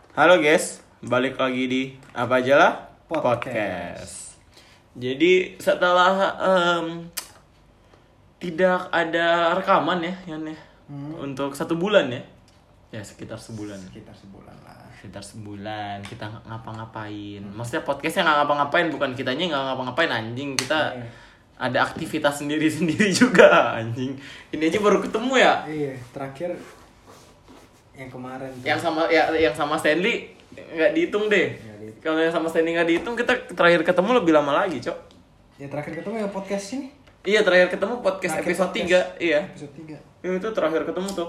Halo guys, balik lagi di Apa Aja Lah Podcast. Jadi setelah tidak ada rekaman ya, Yan ya, untuk 1 bulan ya, sekitar sebulan. Sekitar sebulan lah. Sekitar sebulan kita nggak ngapa-ngapain. Maksudnya podcastnya nggak ngapa-ngapain, bukan kitanya nggak ngapa-ngapain anjing. Kita ada aktivitas sendiri-sendiri juga anjing. Ini aja baru ketemu ya. Iya, terakhir yang kemarin tuh. Yang sama Stanley nggak dihitung deh. Nggak dihitung. Kalau yang sama Stanley nggak dihitung, kita terakhir ketemu lebih lama lagi, Cok. Ya terakhir ketemu yang podcast ini. Iya, terakhir ketemu podcast Terakhir episode podcast. 3. Iya. Episode 3. Itu terakhir ketemu tuh.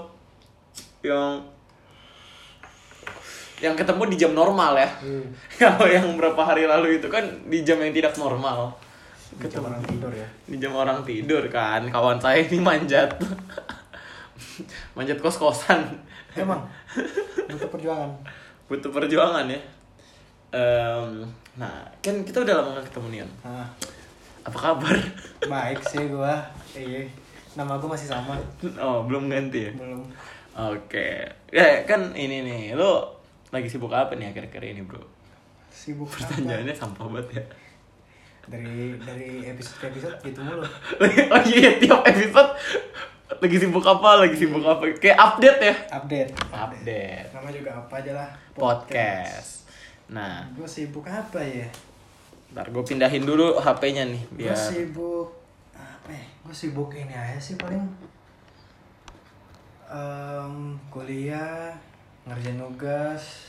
Yang ketemu di jam normal ya. Kalau yang berapa hari lalu itu kan di jam yang tidak normal. Di jam orang tidur ya. Di jam orang tidur kan. Kawan saya ini manjat. Manjat kos-kosan. Emang butuh perjuangan. Butuh perjuangan ya. Nah, kan kita udah lama gak ketemu nih, Yon. Nah, Apa kabar? baik sih gua. Iya. Nama gua masih sama. Oh, belum ganti ya? Belum. Oke. Ya, kan ini nih. Lo lagi sibuk apa nih akhir-akhir ini, Bro? Sibuk apa? Pertanyaannya sampah banget ya. Dari episode ke episode gitu mulu. Oh iya, tiap episode lagi sibuk apa? Kayak update ya? Update. Nama juga apa aja lah. Podcast. Nah, Gua sibuk apa ya? ntar gue pindahin dulu HP-nya nih Gue biar. sibuk apa ya? Gue sibuk ini aja sih paling kuliah, ngerjain tugas,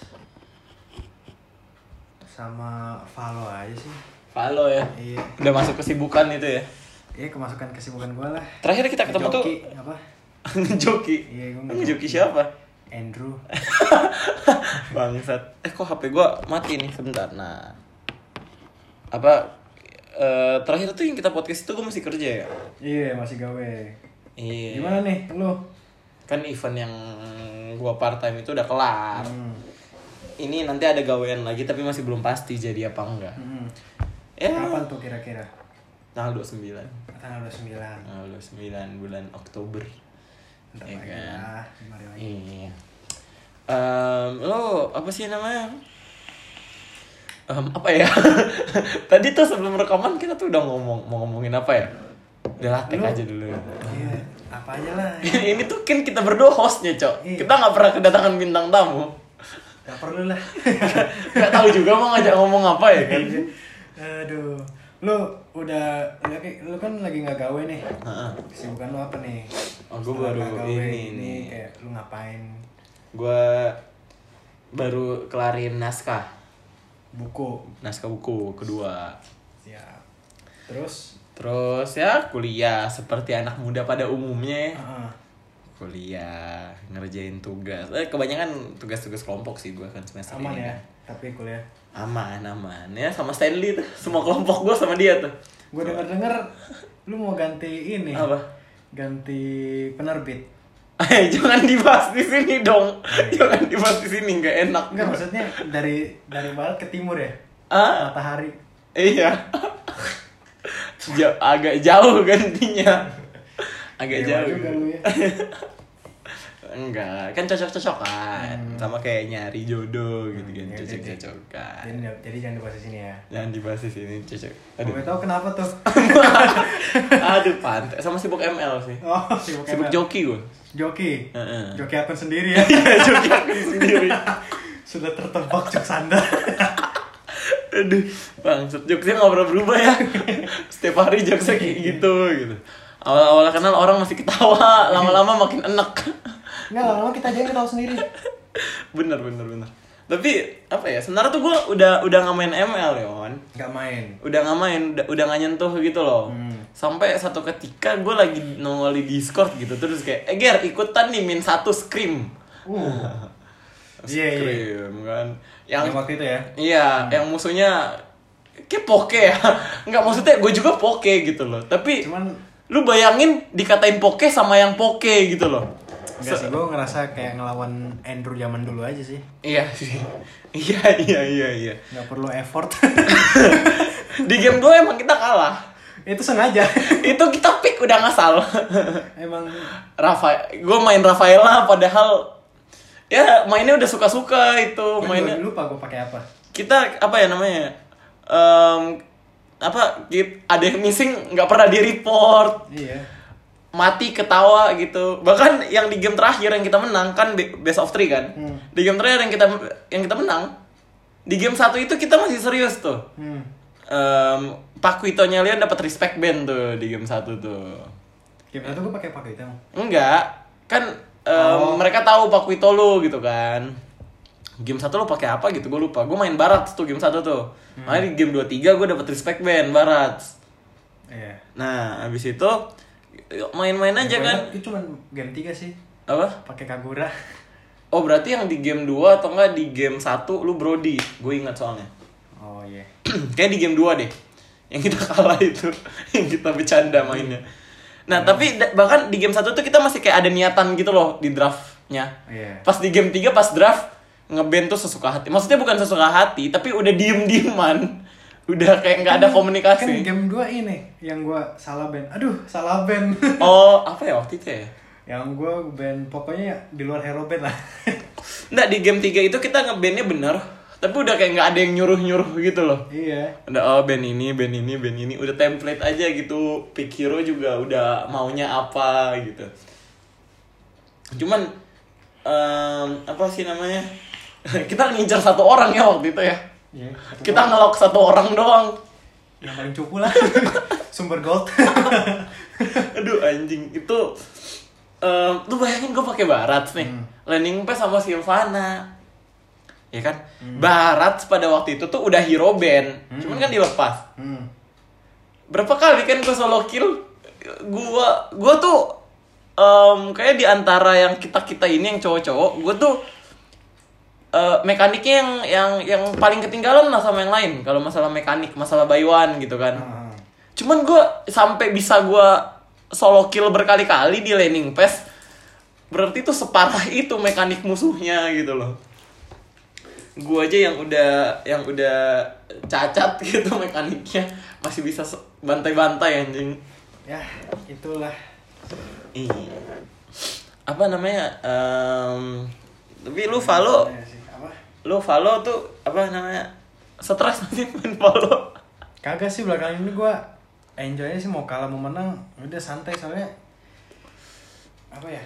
sama follow aja sih. Follow ya. Iya. Udah masuk kesibukan itu ya. Iya, kemasukan kesibukan gue lah. Terakhir kita ketemu tuh Ngejoki, apa? ngejoki. Iya, gue Ngejoki siapa? Andrew. Bangsat. Kok HP gua mati nih sebentar. Nah. Apa terakhir tuh yang kita podcast itu gua masih kerja ya? Iya, masih gawe. Iya. Gimana nih lu? Kan event yang gua part time itu udah kelar. Ini nanti ada gawean lagi tapi masih belum pasti jadi apa enggak. Ya. Kapan tuh kira-kira? Tanggal 29. Tanggal 29. Tanggal 29 bulan Oktober. Bentar Iya lagi kan? lah, kemarin lagi. Iya. Lo apa sih namanya? Apa ya? Tadi tuh sebelum rekaman kita tuh udah mau ngomongin apa ya? Udah lah, tag Lu- aja dulu. Iya, apa aja lah. Ini tuh kan kita berdua hostnya, Cok. Iya. Kita nggak pernah kedatangan bintang tamu. Gak perlu lah. Nggak tahu juga mau ngajak ngomong apa ya kan? Aduh, lu kan lagi nggak gawe nih. Heeh. Kesibukan lu apa nih? Oh, gue Setelah baru nggak gawe ini nih. kayak lu ngapain? Gue baru kelarin naskah Buku. buku kedua. Siap. Terus? Terus ya kuliah seperti anak muda pada umumnya ya. Heeh. Kuliah, ngerjain tugas. Kebanyakan tugas-tugas kelompok sih gue kan semester Aman ini. ya, tapi kuliah. Aman ya, sama Stanley tuh. Semua kelompok gue sama dia tuh. Gue denger lu mau ganti ini. Apa? Ganti penerbit. Jangan dibahas di sini dong. Jangan dibahas di sini, nggak enak. Enggak, maksudnya dari barat ke timur ya? Ah, Matahari. iya. Agak jauh gantinya. Agak Dewa jauh. juga lu ya. Enggak, kan cocok-cocokan. Sama kayak nyari jodoh gitu kan, Ya, cocok-cocokan. Jadi jangan dibahas di sini ya. Jangan dibahas di sini, cocok. Aduh. Gue tahu kenapa tuh. Aduh, pantai. Sama sibuk ML sih. Oh, sibuk Sibuk ML. joki gue. Joki. Heeh. Joki akun sendiri ya. Joki aku sendiri. Sudah tertebak cok sanda. Aduh, bangsat. Jokesnya nggak pernah berubah ya. Setiap hari jokesnya kayak gitu. Awal-awal kenal orang masih ketawa, lama-lama makin enak. Enggak, lama-lama kita aja yang ketawa sendiri. Bener. Tapi apa ya? Sebenarnya tuh gue udah nggak main ML ya, Wan. Gak main. Udah nggak nyentuh gitu loh. Sampai satu ketika gue lagi nongol di Discord gitu, terus kayak, Ger, ikutan nih min 1 Scream. Iya. Scream kan. Yang waktu itu ya. Iya, yang musuhnya kayak poke ya. Enggak, maksudnya gue juga poke gitu loh. Tapi Cuman lu bayangin dikatain poke sama yang poke gitu loh. enggak sih, gue ngerasa kayak ngelawan Andrew zaman dulu aja sih. Iya sih. Iya. Nggak perlu effort. Di game 2 emang kita kalah. Itu sengaja. Itu kita pick udah ngasal. Emang Gue main Rafaela padahal Ya mainnya udah suka-suka itu mainnya. Lupa gue pakai apa. Kita apa ya namanya? Ada yang missing nggak pernah di report. Iya. Mati ketawa gitu. Bahkan yang di game terakhir yang kita menang kan best of 3 kan. Di game terakhir yang kita menang, di game 1 itu kita masih serius tuh. Pak Kuitonya Leon dapat respect band tuh di game 1 tuh. Game 1 gue pakai Kuito. Enggak, kan mereka tahu Pak Kuito lu gitu kan. Game 1 lu pakai apa gitu gue lupa. Gue main Barat tuh game 1 tuh. Makanya di game 2-3 gue dapat respect band Barat. Iya. Nah, habis itu main-main aja kan. Itu cuma game 3 sih. Apa? Pakai Kagura. Oh, berarti yang di game 2 atau enggak di game 1 lu Brody. Gue ingat soalnya. Oh iya. Kayak di game 2 deh. Yang kita kalah itu, yang kita bercanda mainnya. Nah, tapi bahkan di game 1 tuh kita masih kayak ada niatan gitu loh di draftnya. Iya. Pas di game 3 pas draft ngeband tuh sesuka hati. Maksudnya bukan sesuka hati, tapi udah diem-dieman. Udah kayak nggak ada komunikasi. Kan game 2 ini yang gua salah band. Aduh, salah band. Oh, apa ya waktu itu ya? Yang gua band pokoknya di luar hero band lah. Nggak, di game 3 itu kita ngebandnya bener. Tapi udah kayak nggak ada yang nyuruh-nyuruh gitu loh. Iya. Udah band ini. Udah template aja gitu. Pick hero juga udah maunya apa gitu. Cuman apa sih namanya? Kita ngincar satu orang ya waktu itu ya. Iya. Kita ngelok satu orang doang. Yang paling cupu lah. Sumber gold. Aduh anjing itu. Lu bayangin gue pakai Barat nih. Landing pass sama Sylvana. Ya kan? Barat pada waktu itu tuh udah hero band. Cuman kan dilepas. Berapa kali kan gue solo kill. Gue tuh kayak di antara yang kita ini yang cowok-cowok, gue tuh mekaniknya yang paling ketinggalan lah sama yang lain. Kalau masalah mekanik, masalah buy one gitu kan. Cuman gue sampai bisa gue solo kill berkali-kali di laning pass. Berarti tuh separah itu mekanik musuhnya gitu loh. Gue aja yang udah cacat gitu mekaniknya masih bisa bantai-bantai anjing. Ya, itulah. Iya. Apa namanya? Tapi lu Valo. Lu Valo tuh apa namanya? Stres nanti main Valo. Kagak sih, belakangan ini gua enjoy-nya sih, mau kalah mau menang udah santai, soalnya apa ya?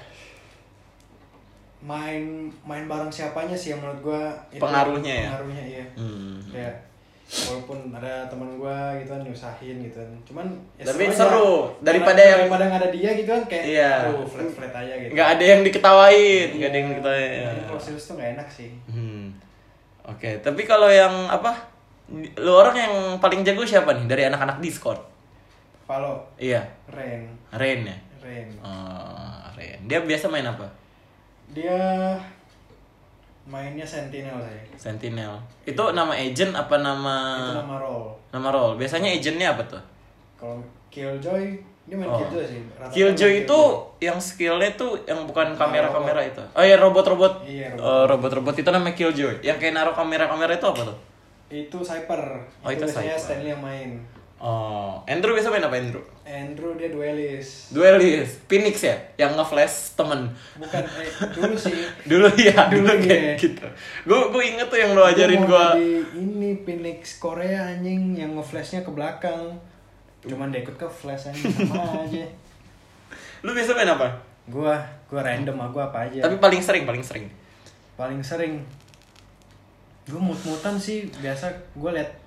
Main bareng siapanya sih yang menurut gua itu pengaruhnya iya. Kayak walaupun ada teman gua gitu kan nyusahin gitu kan, cuman ya tapi seru daripada nggak ada dia gitu kan, kayak iya. flat aja gitu, nggak ada yang diketawain, nggak ada yang diketawain. Jadi kalau serius tuh nggak enak sih. Oke, tapi kalau yang apa, lu orang yang paling jago siapa nih dari anak-anak Discord? Valo. Iya. Rain ya. Rain. Rain. Dia biasa main apa? Dia mainnya Sentinel saya. Sentinel. Itu nama agent apa nama? Itu nama role. Nama role. Biasanya agentnya apa tuh? Kalau Killjoy, dia main Killjoy sih. Killjoy itu yang skillnya tuh yang bukan kamera-kamera itu. Oh iya, robot-robot. Iya, robot-robot itu namanya Killjoy. Yang kayak naruh kamera-kamera itu apa tuh? Itu Cyper. Oh, itu biasanya Cyper. Stanley yang main. Oh, Andrew biasa main apa Andrew? Andrew dia duelist. Phoenix ya? Yang nge-flash temen. Bukan, dulu sih. Dulu ya, dulu kayak gitu. Gue inget tuh yang lo ajarin gue. Ini Phoenix Korea anjing yang nge-flashnya ke belakang. Cuman dia ikut ke flash anjing sama aja. Lu biasa main apa? Gua random, gua apa aja. Tapi paling sering. Paling sering. Gua mut-mutan sih, biasa gua liat.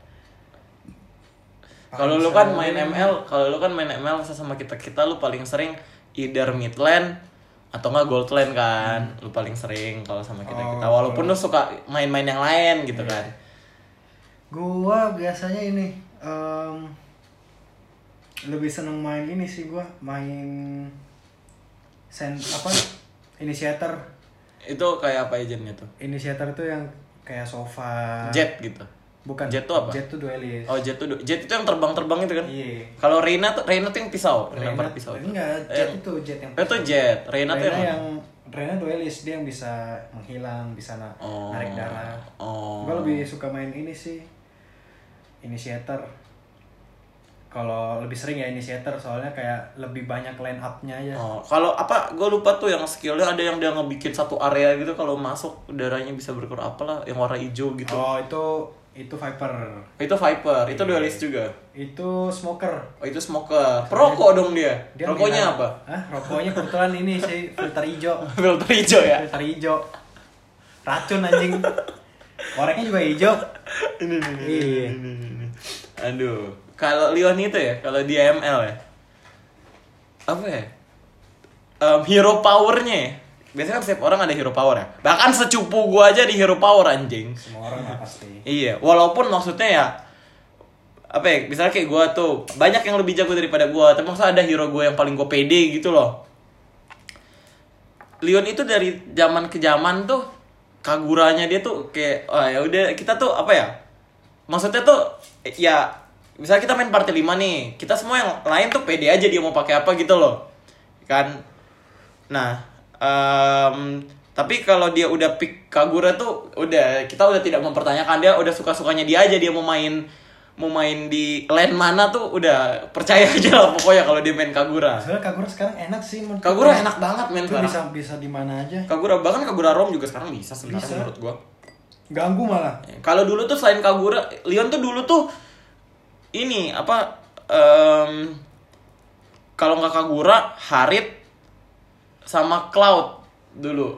Kalau lu kan main ML sama kita lu paling sering either mid lane atau enggak gold lane kan. Lu paling sering kalau sama kita. Walaupun lu suka main-main yang lain gitu kan. Gua biasanya ini lebih seneng main ini sih, gua main initiator. Itu kayak apa agentnya tuh? Initiator tuh yang kayak sofa. Jet gitu. Bukan. Jet tuh apa? Jet tuh duelist. Oh, Jet itu yang terbang itu kan? Iya. Kalau Reina tuh yang pisau, lempar pisau. Enggak, Jet itu jet yang. Itu Jet. Reina tuh Reina duelist, dia yang bisa menghilang, bisa narik darah. Gua lebih suka main ini sih. Initiator. kalau lebih sering ya initiator, soalnya kayak lebih banyak line up-nya aja. Oh, kalau apa? Gue lupa tuh yang skillnya ada yang dia ngebikin satu area gitu kalau masuk udaranya bisa bergerak apalah yang warna hijau gitu. Oh, itu Viper. Itu Viper, itu duelist juga. Itu Smoker. Oh, itu Smoker. Perokok dong dia. Rokoknya apa? Hah? Rokoknya kebetulan ini sih filter hijau. Filter hijau ya. Filter hijau. Racun anjing. Koreknya juga hijau. Ini. Aduh, kalau Leon itu ya, kalau di ML ya, apa ya? Hero powernya ya. Biasanya kan setiap orang ada hero power ya. Bahkan secupu gua aja di hero power anjing. Semua orang lah pasti. Iya, walaupun maksudnya ya apa ya, misalnya kayak gua tuh banyak yang lebih jago daripada gua, tapi masa ada hero gua yang paling gua pede gitu loh. Leon itu dari zaman ke zaman tuh Kaguranya dia tuh kayak ya udah kita tuh apa ya? Maksudnya tuh ya misalnya kita main party 5 nih, kita semua yang lain tuh pede aja dia mau pakai apa gitu loh. Kan. Nah, tapi kalau dia udah pick Kagura tuh udah kita udah tidak mempertanyakan, dia udah suka-sukanya dia aja, dia mau main di lane mana tuh udah percaya aja lah pokoknya kalau dia main Kagura. Soalnya Kagura sekarang enak sih menurut Kagura enak banget main itu sekarang. bisa di mana aja. Kagura bahkan Kagura Rom juga sekarang bisa sebenarnya menurut gua. Ganggu malah. Kalau dulu tuh selain Kagura, Leon tuh dulu tuh ini apa kalau nggak Kagura, Harit sama Cloud dulu.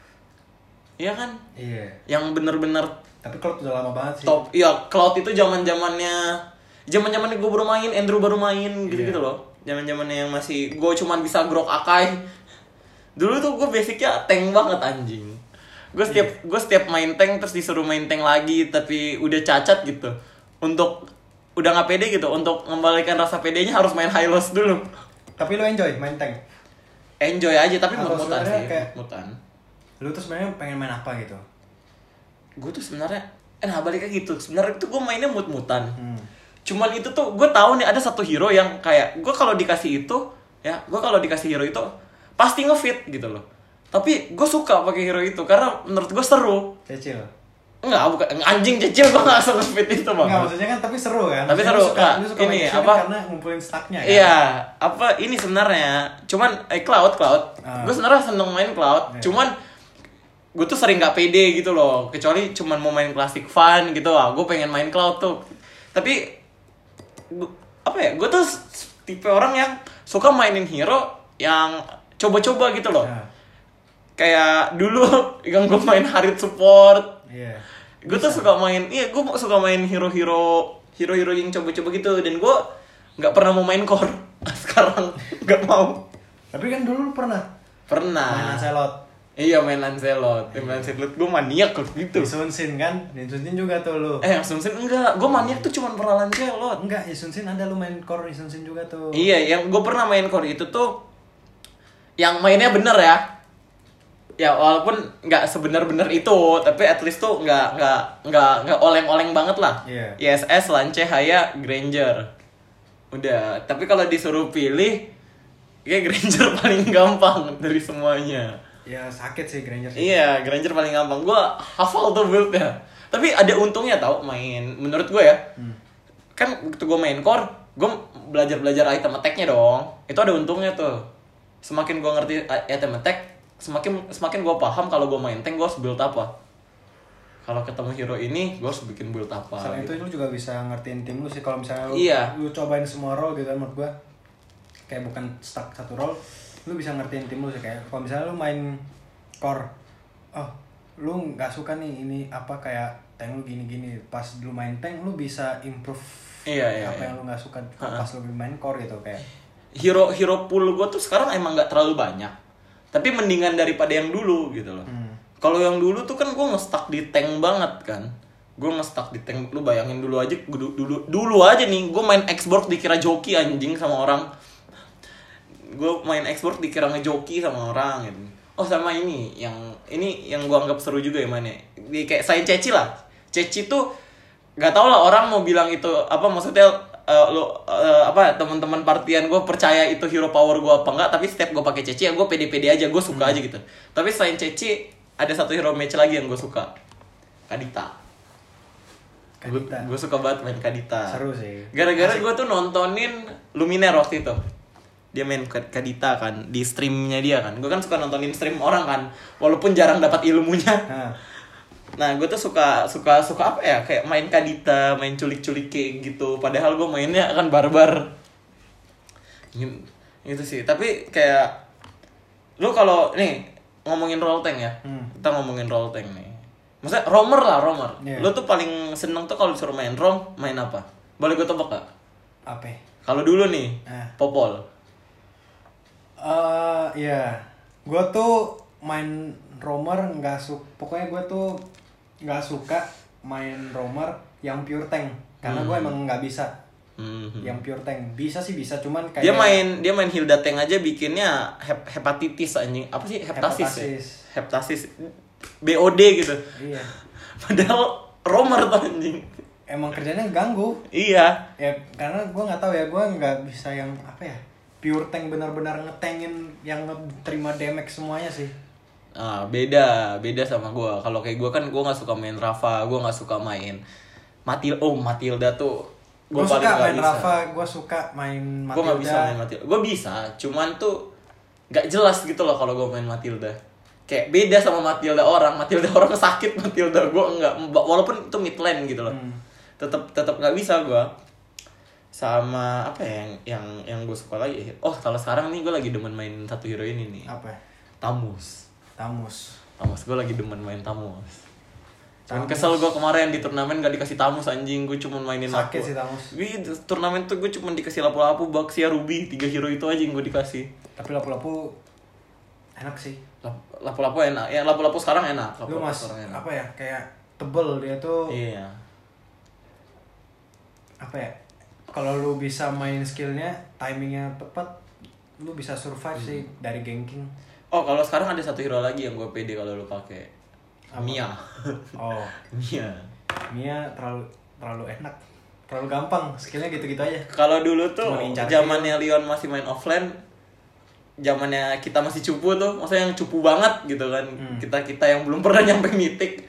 Iya kan? Iya. Yang bener-bener Tapi kalau udah lama banget sih. top. Iya, Cloud itu zaman-zamannya gue baru main, Andrew baru main gitu-gitu loh. Zaman-zamannya yang masih gue cuman bisa grok Akai. Dulu tuh gue basicnya tank banget anjing. Gue setiap main tank terus disuruh main tank lagi tapi udah cacat gitu. Untuk udah nggak pede gitu, untuk mengembalikan rasa pedenya harus main high loss dulu. Tapi lu enjoy main tank? Enjoy aja tapi Atau mut-mutan sih, kayak- mut-mutan. Lu tuh sebenarnya pengen main apa gitu? Gue tuh sebenarnya baliknya gitu. Sebenarnya itu gue mainnya mut-mutan. Cuman itu tuh gue tahu nih ada satu hero yang kayak gue kalau dikasih itu hero itu pasti ngefit gitu loh. Tapi gue suka pakai hero itu karena menurut gue seru. Cecil. Enggak, bukan anjing cecil, gue gak suka ngefit itu bang. Enggak, maksudnya kan tapi seru kan? Tapi Maksudnya seru, lu suka ini main Cecil apa? kan karena ngumpulin stacknya kan? Iya, apa ini sebenarnya? Cuman Cloud. Gue sebenarnya seneng main Cloud. Cuman gue tuh sering gak pede gitu loh. Kecuali cuman mau main Classic Fun gitu lah. Gue pengen main Cloud tuh. Tapi apa ya? Gue tuh tipe orang yang suka mainin hero yang coba-coba gitu loh. Kayak dulu yang gue main Harit support. Iya. Gue tuh suka main hero-hero yang coba-coba gitu, dan gue nggak pernah mau main core. Sekarang nggak mau. Tapi kan dulu lu pernah main Lancelot. Iya, main Lancelot. Main Lancelot gue maniak gitu. Sunsin kan? Sunsin juga tuh lu. Yang Sunsin enggak, gue maniak tuh cuma pernah Lancelot. Enggak, Sunsin ada lu main core Sunsin juga tuh. Iya, yang gue pernah main core itu tuh yang mainnya bener ya. Ya walaupun nggak sebenar-benar itu, tapi at least tuh nggak oleng-oleng banget lah. Iya. ISS, Lance, Haya, Granger. Udah, tapi kalau disuruh pilih, kayak Granger paling gampang dari semuanya. Ya sakit sih Granger sih. Iya, Granger paling gampang. Gua hafal tuh build-nya. Tapi ada untungnya tau main, menurut gue ya. Kan waktu gue main core, gue belajar item attack-nya dong. Itu ada untungnya tuh. Semakin gue ngerti item attack, semakin gue paham kalau gue main tank gue harus build apa. Kalau ketemu hero ini gue harus bikin build apa. Selain gitu. itu lu juga bisa ngertiin tim lu sih, kalau misalnya lu cobain semua role gitu kan, menurut gua kayak bukan stuck satu role, lu bisa ngertiin tim lu sih. Kayak kalau misalnya lu main core, lu nggak suka nih ini apa, kayak tank lu gini-gini, pas lu main tank lu bisa improve apa yang lu nggak suka pas lu main core gitu. Kayak hero pool gue tuh sekarang emang nggak terlalu banyak, tapi mendingan daripada yang dulu gitu loh. Kalau yang dulu tuh kan gue nge-stuck di tank banget kan. Gue nge-stuck di tank, lu bayangin dulu aja nih gue main Xbox dikira joki anjing sama orang. Gue main Xbox dikira ngejoki sama orang gitu. Oh sama ini yang gue anggap seru juga ya mana. Kayak saya Ceci lah. Ceci tuh nggak tau lah orang mau bilang itu apa, maksudnya teman-teman partian gue percaya itu hero power gue apa enggak, tapi setiap gue pakai Ceci ya gue pede-pede aja, gue suka aja gitu. Tapi selain Ceci ada satu hero match lagi yang gue suka, Kadita. Gue suka banget main Kadita. Seru sih. Gara-gara gue tuh nontonin Luminaire waktu itu. Dia main Kadita kan di streamnya dia kan. Gue kan suka nontonin stream orang kan, walaupun jarang dapat ilmunya. Nah gue tuh suka apa ya, kayak main Kadita, main culik-culik kayak gitu. Padahal gue mainnya kan barbar. Gitu sih. Tapi kayak lu kalau nih ngomongin role tank ya, kita ngomongin role tank nih. Maksudnya roamer. Yeah. Lu tuh paling seneng tuh kalau disuruh main rom, main apa? Boleh gue tebak gak? Apa? Kalau dulu nih, Popol. Iya. Gue tuh main roamer pokoknya gue tuh nggak suka main roamer yang pure tank. Karena gue emang nggak bisa. Yang pure tank bisa sih bisa, cuman kayak dia main Hilda tank aja bikinnya hepatitis anjing. Apa sih heptasis BOD gitu. Iya. Padahal roamer tuh anjing. Emang kerjanya ganggu. Iya. Ya karena gue nggak tahu ya, gue nggak bisa yang apa ya, pure tank benar-benar ngetengin yang terima damage semuanya sih. Beda sama gue. Kalau kayak gue kan gue nggak suka main Rafa, gue nggak suka main Matilda tuh. Gue suka main Rafa, gue suka main Matilda. Gue nggak bisa main Matilda. Gue bisa, cuman tuh nggak jelas gitu loh kalau gue main Matilda. Kayak beda sama Matilda orang sakit, Matilda gue enggak, walaupun itu mid lane gitu loh. Tetap nggak bisa gue. Sama apa ya yang gue suka lagi. Kalau sekarang nih gue lagi demen main satu hero ini nih. Apa? Tamus. Gue lagi demen main Tamus. Dan kesel gue kemarin di turnamen gak dikasih Tamus anjing. Gue cuma mainin sakit sih Tamus. Turnamen tuh gue cuma dikasih lapu-lapu, Baxia, Ruby, 3 hero itu aja yang gue dikasih. Tapi lapu-lapu enak sih. Lapu-lapu enak. Ya lapu-lapu sekarang enak. Lu apa ya, kayak tebel dia tuh. Iya. Apa ya, kalau lu bisa main skillnya, timingnya tepat, lu bisa survive sih dari ganking. Kalau sekarang ada satu hero lagi yang gue pede kalau lu pakai. Mia. Mia terlalu enak. Terlalu gampang, skillnya gitu-gitu aja. Kalau dulu tuh zamannya Leon masih main offline, zamannya kita masih cupu tuh, maksudnya yang cupu banget gitu kan. Kita yang belum pernah nyampe mythic.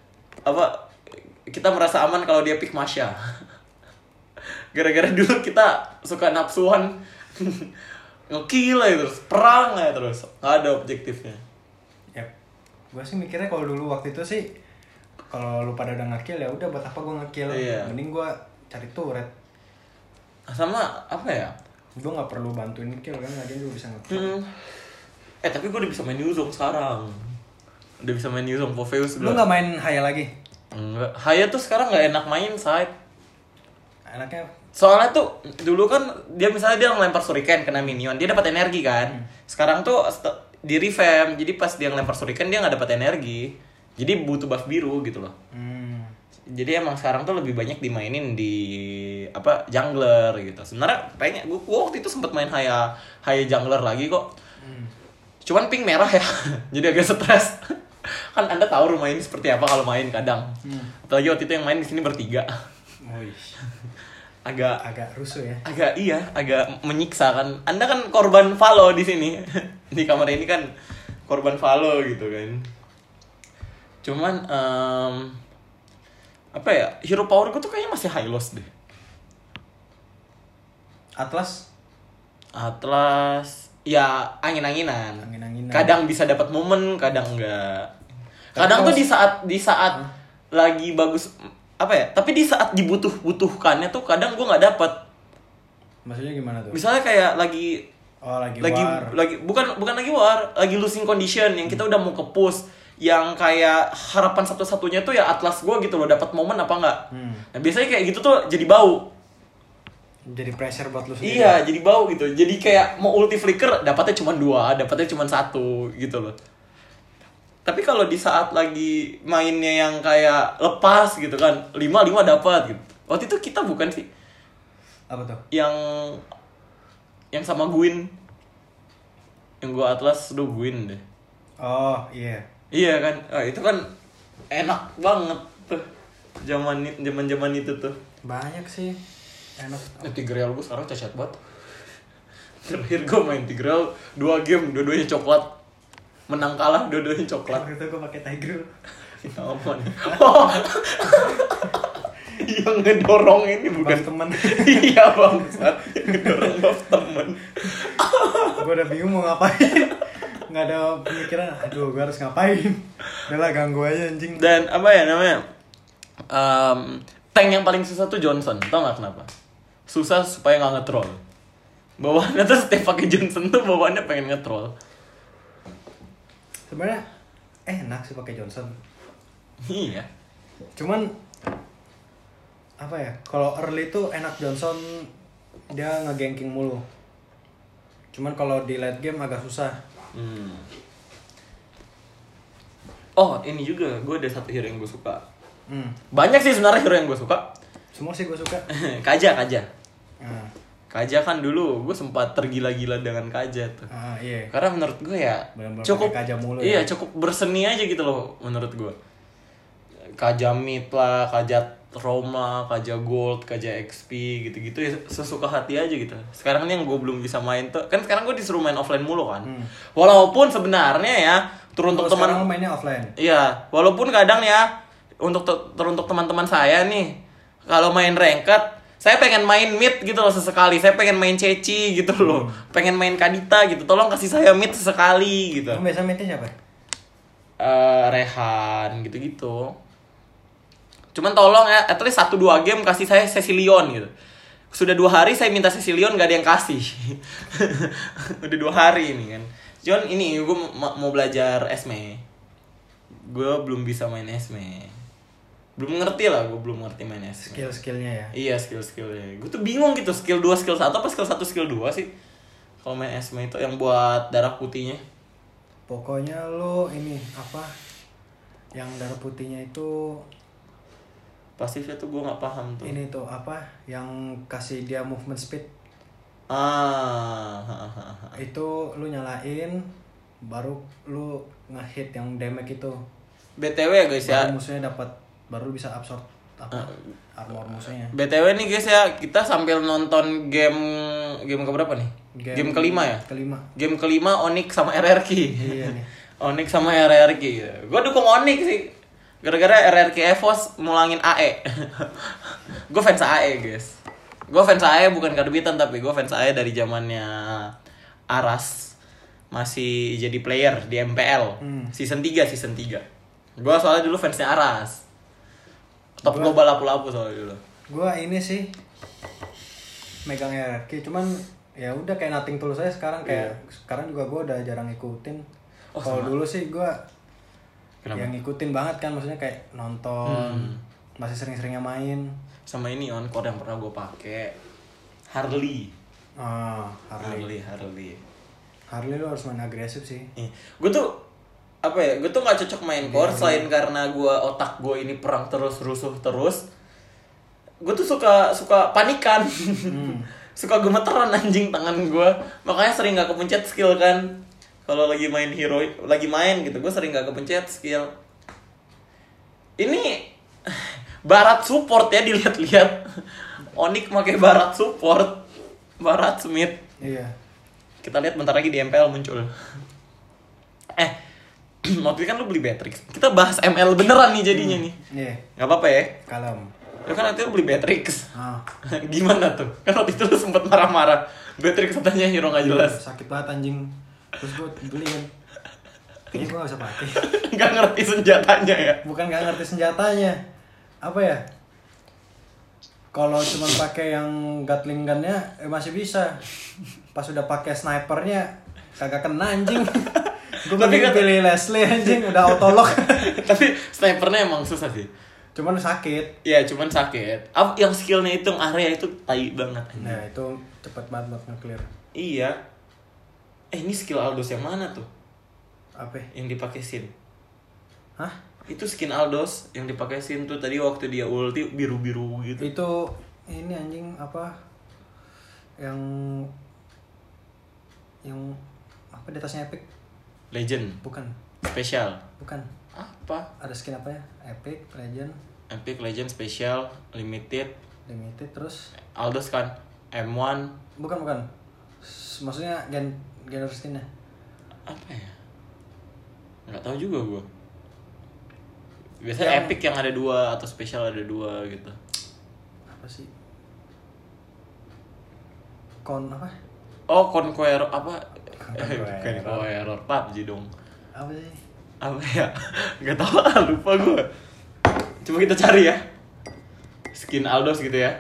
Kita merasa aman kalau dia pick Masha. Gara-gara dulu kita suka nafsuan nge-kill aja terus, perang aja terus, nggak ada objektifnya. Yap. Gue sih mikirnya kalau dulu waktu itu sih, kalau lu pada udah nge-kill ya udah, buat apa gue nge-kill? Iya. Mending gue cari turret. Sama apa ya? Gue nggak perlu bantuin kill kan, lagi gue bisa nge-kill. Tapi gue udah bisa main Yuzong sekarang. Udah bisa main Yuzong Popheus. Lu nggak main Haya lagi? Enggak. Haya tuh sekarang nggak enak main side. Enaknya? Soalnya tuh dulu kan dia misalnya dia ngelempar shuriken kena minion, dia dapat energi kan. Sekarang tuh di revamp, jadi pas dia ngelempar shuriken dia nggak dapat energi. Jadi butuh buff biru gitu loh. Jadi emang sekarang tuh lebih banyak dimainin di jungler gitu. Sebenarnya pengen gue waktu itu sempat main Haya jungler lagi kok. Cuman ping merah ya. Jadi agak stres. Kan Anda tahu rumah ini seperti apa kalau main kadang. Apalagi waktu itu yang main di sini bertiga. agak rusuh ya. Agak menyiksa kan. Anda kan korban Valo di sini. Di kamar ini kan korban Valo gitu kan. Cuman hero power gue tuh kayaknya masih high loss deh. Atlas ya angin-anginan. Kadang bisa dapat momen, kadang enggak. Kadang tuh di saat lagi bagus tapi di saat dibutuhkannya tuh kadang gue nggak dapet. Maksudnya gimana tuh? Misalnya kayak lagi war. bukan lagi war, lagi losing condition yang kita udah mau ke push, yang kayak harapan satu-satunya tuh ya Atlas gue gitu loh, dapat momen apa enggak. Nah biasanya kayak gitu tuh jadi bau. Jadi pressure buat lu sendiri. Iya, jadi bau gitu. Jadi kayak mau ulti flicker dapatnya cuma 2, dapatnya cuma 1 gitu loh. Tapi kalau di saat lagi mainnya yang kayak lepas gitu kan, 5 dapat gitu. Waktu itu kita bukan sih? Apa tuh? Yang sama Gwyn. Yang gua Atlas udah Gwyn deh. Oh, iya. Iya kan? Itu kan enak banget tuh. Zaman itu tuh. Banyak sih. Enak. Tigreal gua sekarang cacat banget. Terakhir gua main Tigreal 2 game, dua-duanya coklat. Menang kalah dua-duanya coklat. Waktu itu gue pakai Tiger. Aman. Yang ngedorong ini bukan teman. Iya bangsat, ngedorong buff temen. Gue udah bingung mau ngapain. Nggak ada pemikiran, aduh gue harus ngapain. Udah lah ganggu aja anjing. Dan apa ya namanya, tank yang paling susah tuh Johnson. Tau gak kenapa? Susah supaya gak nge-troll. Bawaannya tuh setiap pakai Johnson tuh bawaannya pengen nge-troll. Sebenarnya enak sih pakai Johnson. Iya. Cuman apa ya, kalau early tuh enak Johnson, dia nge-ganking mulu. Cuman kalau di late game agak susah. Oh ini juga, gue ada satu hero yang gue suka. Banyak sih sebenarnya hero yang gue suka. Semua sih gue suka. Kaja. Kaja kan dulu gue sempat tergila-gila dengan Kaja tuh. Iya. Karena menurut gue ya bener-bener cukup Kaja mulu, iya ya. cukup berseni aja gitu loh menurut gue. Kaja mid lah, Kaja Roma, Kaja Gold, Kaja XP gitu-gitu ya sesuka hati aja gitu. Sekarang nih yang gue belum bisa main tuh, kan sekarang gue disuruh main offline mulu kan. Walaupun sebenarnya ya teruntuk teman sekarang mainnya offline. Iya, walaupun kadang ya teruntuk teman-teman saya nih kalau main ranked, saya pengen main mid gitu loh sesekali. Saya pengen main Ceci gitu loh. Pengen main Kadita gitu. Tolong kasih saya mid sesekali gitu. Kamu biasa midnya siapa? Rehan gitu-gitu. Cuman tolong ya, at least 1-2 game kasih saya Cecilion gitu. Sudah 2 hari saya minta Cecilion gak ada yang kasih. Udah 2 hari ini kan. Cuman ini gue mau belajar Esme. Gue belum bisa main Esme. Belum ngerti lah, gue belum ngerti main Esme. Skill-skillnya ya? Iya skill-skillnya. Gue tuh bingung gitu, skill 2, skill 1 apa skill 1, skill 2 sih. Kalau main Esme itu yang buat darah putihnya. Pokoknya lo ini apa, yang darah putihnya itu pasifnya tuh gue nggak paham tuh. Ini tuh apa yang kasih dia movement speed. Itu lu nyalain baru lu ngehit yang damage itu. BTW ya guys ya. Musuhnya dapat, baru bisa absorb apa armor musuhnya. BTW nih guys ya, kita sambil nonton game keberapa nih? Game kelima ya? Game kelima Onyx sama RRQ. Iya nih. Onyx sama RRQ. Gue dukung Onyx sih. Gara-gara RRQ EVOS mulangin AE. Gue fans AE guys. Gue fans AE bukan karbitan, tapi gue fans AE dari zamannya Aras masih jadi player di MPL. Season 3. Gue soalnya dulu fansnya Aras. Top global lapu-lapu soalnya dulu. Gue ini sih megang RRQ, cuman ya udah kayak nothing tulus aja sekarang, kayak sekarang juga gue udah jarang ngikutin. Kalau dulu sih gue yang ngikutin banget kan, maksudnya kayak nonton, masih sering-seringnya main. Sama ini on-core yang pernah gue pakai, Harley. Harley lo harus main agresif sih. Gue tuh apa ya? Gue tuh nggak cocok main core selain karena otak gue ini perang terus, rusuh terus. Gue tuh suka panikan, suka gemeteran anjing tangan gue. Makanya sering nggak kepencet skill kan. Kalau lagi main hero, lagi main gitu, gue sering gak kepencet skill. Ini barat support ya, dilihat-lihat. Onyx pakai barat support, barat smith. Iya. Kita lihat bentar lagi di MPL muncul. Waktu itu kan lu beli Beatrix. Kita bahas ML beneran nih jadinya nih. Iya. Gak apa-apa ya? Kalem. Lu kan waktu itu beli Beatrix. Gimana tuh? Kan waktu itu lu sempet marah-marah. Beatrix katanya hero gak jelas. Sakit banget anjing. Terus gue beli kan, kayaknya gue gak bisa pakai. Gak ngerti senjatanya ya? Bukan gak ngerti senjatanya, apa ya, kalau cuma pakai yang Gatling gunnya masih bisa. Pas udah pakai snipernya kagak kena anjing. Gue pilih Leslie anjing, udah autolock. Tapi snipernya emang susah sih. Cuman sakit. Iya, cuman sakit. Yang skillnya itu, yang area itu tai banget anjing. Nah itu cepet banget buat nge-clear. Iya. Ini skill Aldos yang mana tuh? Apa? Yang dipakai Sin. Hah? Itu skin Aldos yang dipakai Sin tuh tadi waktu dia ulti biru-biru gitu. Itu ini anjing apa? Yang apa di atasnya Epic? Legend. Bukan. Special. Bukan. Apa? Ada skin apa ya? Epic, Legend. Epic, Legend, Special, Limited. Terus Aldos kan M1. Bukan. Maksudnya genre skinnya apa ya? Nggak tahu juga gue. Biasanya Epic yang ada 2 atau Special ada 2 gitu. sih? Apa? Oh, Conqueror apa? Conqueror PUBG dong. Apa sih? Apa ya? Gak tau lah, lupa gue. Coba kita cari ya. Skin Aldos gitu ya.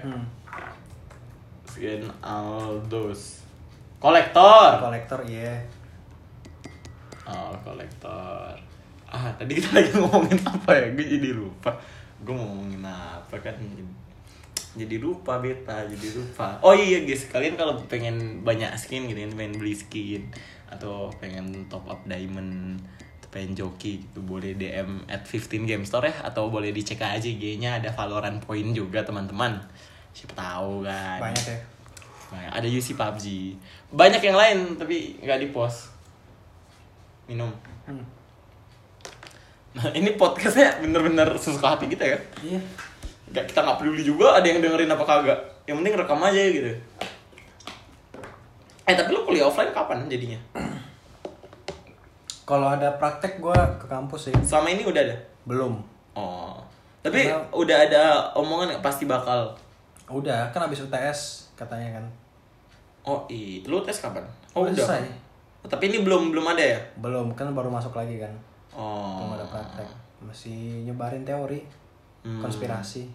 Skin Aldos. Kolektor, iya. Oh, kolektor. Tadi kita lagi ngomongin apa ya? Gue jadi lupa. Gue ngomongin apa kan? Jadi lupa jadi lupa. Oh iya guys, kalian kalau pengen banyak skin gitu, pengen beli skin atau pengen top up diamond, pengen joki gitu, boleh DM @15gamestore ya, atau boleh dicek aja IG-nya, ada Valorant Point juga teman-teman. Siapa tahu kan. Banyak ya. Banyak. Ada UC PUBG. Banyak yang lain tapi nggak di-post. Minum. Nah, ini podcastnya bener-bener sesuka hati kita ya. Iya. Kita nggak peduli juga ada yang dengerin apa kagak. Yang penting rekam aja gitu. Tapi lu kuliah offline kapan jadinya? Kalau ada praktek gue ke kampus sih. Selama ini udah ada? Belum. Oh. Tapi udah ada omongan pasti bakal. Udah, kan habis UTS katanya kan. Oh iya, lu tes kapan? Oh udah. Selesai. Tapi ini belum ada ya? Belum, kan baru masuk lagi kan. Oh. Belum ada praktek. Masih nyebarin teori. Konspirasi.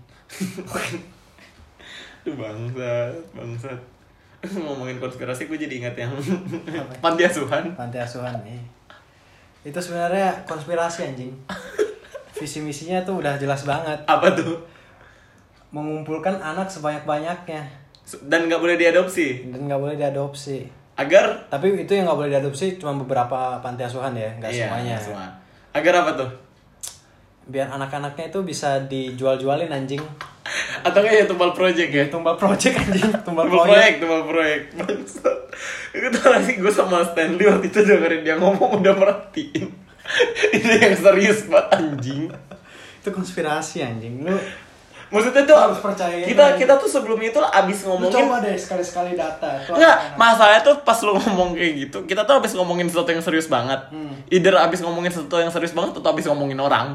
Duh bangsat. Ngomongin konspirasi gue jadi ingat yang panti asuhan nih. Itu sebenarnya konspirasi anjing. Visi misinya tuh udah jelas banget. Apa tuh? Mengumpulkan anak sebanyak-banyaknya dan nggak boleh diadopsi. Agar? Tapi itu yang nggak boleh diadopsi cuma beberapa panti asuhan ya, nggak semuanya. Semua. Agar apa tuh? Biar anak-anaknya itu bisa dijual-jualin anjing. Atau kayak tumbal project ya? Tumbal project anjing, tumbal proyek. Bangsat. Itu tau gak sih, gue sama Stanley waktu itu dengerin dia ngomong udah merhatiin. Itu yang serius banget anjing. Itu konspirasi anjing. Lu maksudnya tuh harus percaya kita tuh sebelumnya itu abis ngomongin. Lu coba deh sekali-sekali data. Enggak, masalahnya tuh pas lu ngomong kayak gitu, kita tuh abis ngomongin sesuatu yang serius banget. Either abis ngomongin sesuatu yang serius banget atau abis ngomongin orang.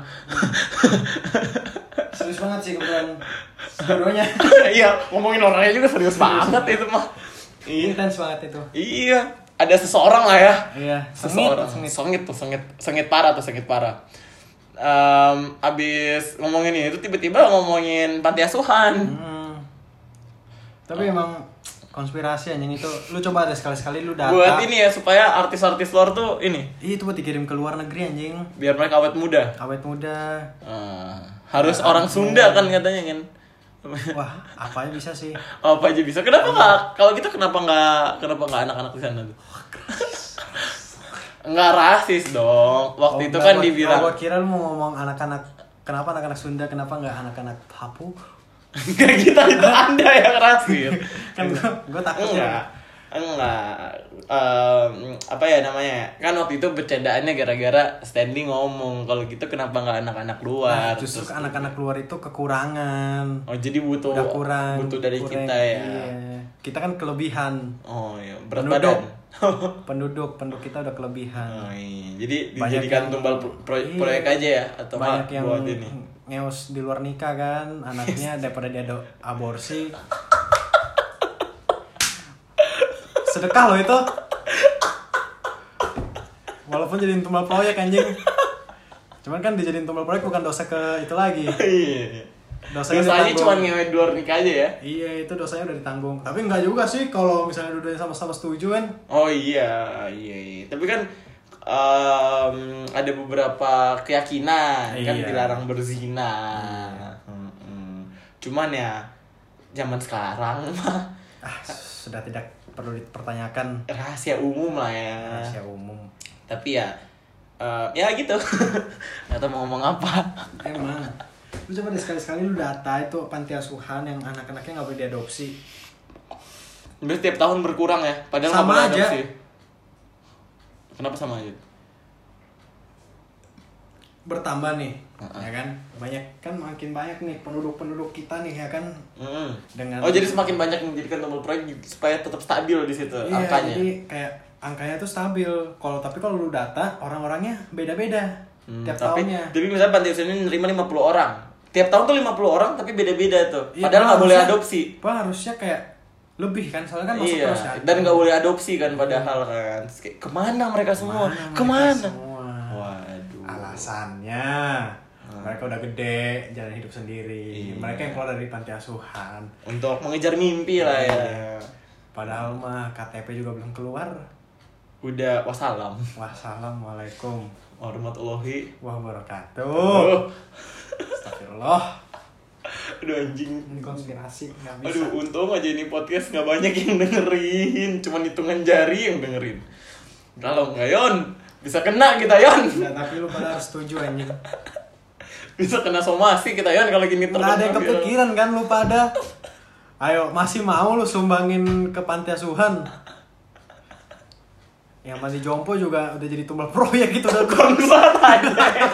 Serius banget sih kebetulan sebenarnya. Iya, ngomongin orangnya juga serius banget itu mah. Intens banget itu. Iya, ada seseorang lah ya. Iya, sengit parah. Abis ngomongin itu tiba-tiba ngomongin panti asuhan. Tapi emang konspirasi anjing itu. Lu coba deh sekali-sekali lu data. Buat ini ya, supaya artis-artis luar tuh ini. Iya, itu buat dikirim ke luar negeri anjing. Biar mereka awet muda. Harus orang Sunda kan katanya kan. Wah, apa aja bisa sih. Apa aja bisa. Kenapa nggak? Kalau gitu kenapa nggak anak-anak di sana tuh? Nggak rasis dong. Waktu itu kan dibilang. Gua kira lu mau ngomong anak-anak. Kenapa anak-anak Sunda? Kenapa nggak anak-anak Hapu? Nggak, kita itu Anda yang rasis. Kan gua takut ya. Enggak. Apa ya namanya? Kan waktu itu bercandaannya gara-gara Stanley ngomong kalau gitu kenapa nggak anak-anak luar? Nah, justru anak-anak luar itu kekurangan. Oh, jadi butuh dari kita ya. Iya. Kita kan kelebihan. Oh iya, berat badan. Penduduk kita udah kelebihan. Oh iya. Jadi dijadikan tumbal proyek aja ya atau banyak yang buat ini. Ngeos di luar nikah kan anaknya daripada dia aborsi. Sedekah loh itu. Walaupun jadiin tumbal proyek anjing. Cuman kan dijadiin tumbal proyek bukan dosa ke itu lagi. Iya. Dosanya cuma ngewe di luar nikah aja ya. Iya, itu dosanya udah ditanggung. Tapi enggak juga sih kalau misalnya udah sama-sama setuju kan. Oh iya. Tapi kan ada beberapa keyakinan kan dilarang berzina. Cuman ya zaman sekarang mah sudah tidak perlu dipertanyakan, rahasia umum lah ya. Rahasia umum. Tapi ya ya gitu. Nggak tahu mau ngomong apa. Emang lu coba deh sekali-sekali lu data itu panti asuhan yang anak-anaknya nggak boleh diadopsi. Berarti tiap tahun berkurang ya, padahal sama boleh aja. Adopsi. Kenapa sama aja? Bertambah nih, ya kan? Banyak kan, makin banyak nih penduduk kita nih ya kan. Dengan jadi semakin banyak yang menjadikan tombol proyek supaya tetap stabil di situ angkanya. Jadi kayak angkanya tuh stabil. Tapi kalau lu data orang-orangnya beda-beda tiap tahunnya. Tapi misalnya panti asuhan ini nerima 50 orang. tiap tahun tuh 50 orang tapi beda-beda tuh. Padahal nggak boleh adopsi. Harusnya kayak lebih kan, soalnya kan masuk terus kan. Dan nggak boleh adopsi kan padahal kan. Kemana mereka semua? Kemana? Waduh. Alasannya mereka udah gede, jalan hidup sendiri. Mereka yang keluar dari panti asuhan untuk mengejar mimpi lah ya. Padahal mah KTP juga belum keluar. Udah wassalam. Wassalamualaikum warahmatullahi wabarakatuh. Astagfirullah. Aduh anjing. Ini konspirasi gak bisa. Aduh untung aja ini podcast gak banyak yang dengerin. Cuman hitungan jari yang dengerin. Kalau nggak Yon bisa kena kita Yon. Nah, tapi lu pada harus setuju anjing. Bisa kena somasi kita Yon kalau gini terus. Nggak ada yang kepikiran kan lu pada. Ayo masih mau lu sumbangin ke panti asuhan. Yang panti jompo juga udah jadi tumbal proyek gitu udah bangsat aja.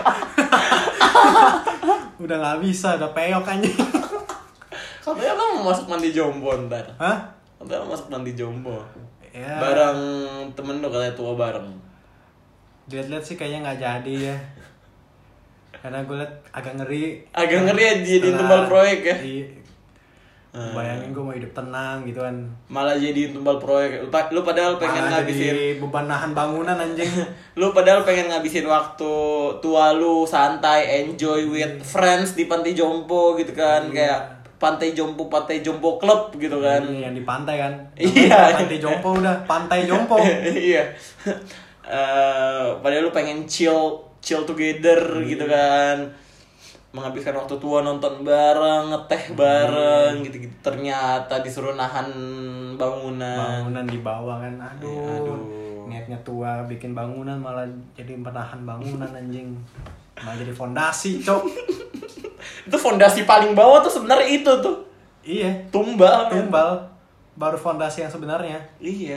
Udah nggak bisa, udah peyok anjing. Katanya lo mau masuk panti jompo ntar. Hah? Katanya lo masuk panti jompo. Ya. Bareng temen lo katanya tua bareng. Lihat-lihat sih kayaknya nggak jadi ya. Karena gue liat agak ngeri. Agak ngeri ya jadi tumbal proyek ya. Bayangin gue mau hidup tenang gitu kan. Malah jadi tumbal proyek. Lu padahal pengen ngabisin jadi beban nahan bangunan anjing. Lu padahal pengen ngabisin waktu tua lu santai, enjoy with friends di panti jompo gitu kan. Kayak pantai jompo club gitu kan. Yang di pantai kan. Iya. Pantai jompo udah, pantai jompo. Iya. Padahal lu pengen chill together gitu kan. Menghabiskan waktu tua nonton bareng, ngeteh bareng gitu-gitu. Ternyata disuruh nahan bangunan di bawah kan. Aduh. Niatnya tua bikin bangunan malah jadi penahan bangunan anjing. Malah jadi fondasi, Cok. Itu fondasi paling bawah tuh sebenarnya itu tuh. Iya, tumbal. Baru fondasi yang sebenarnya. Iya.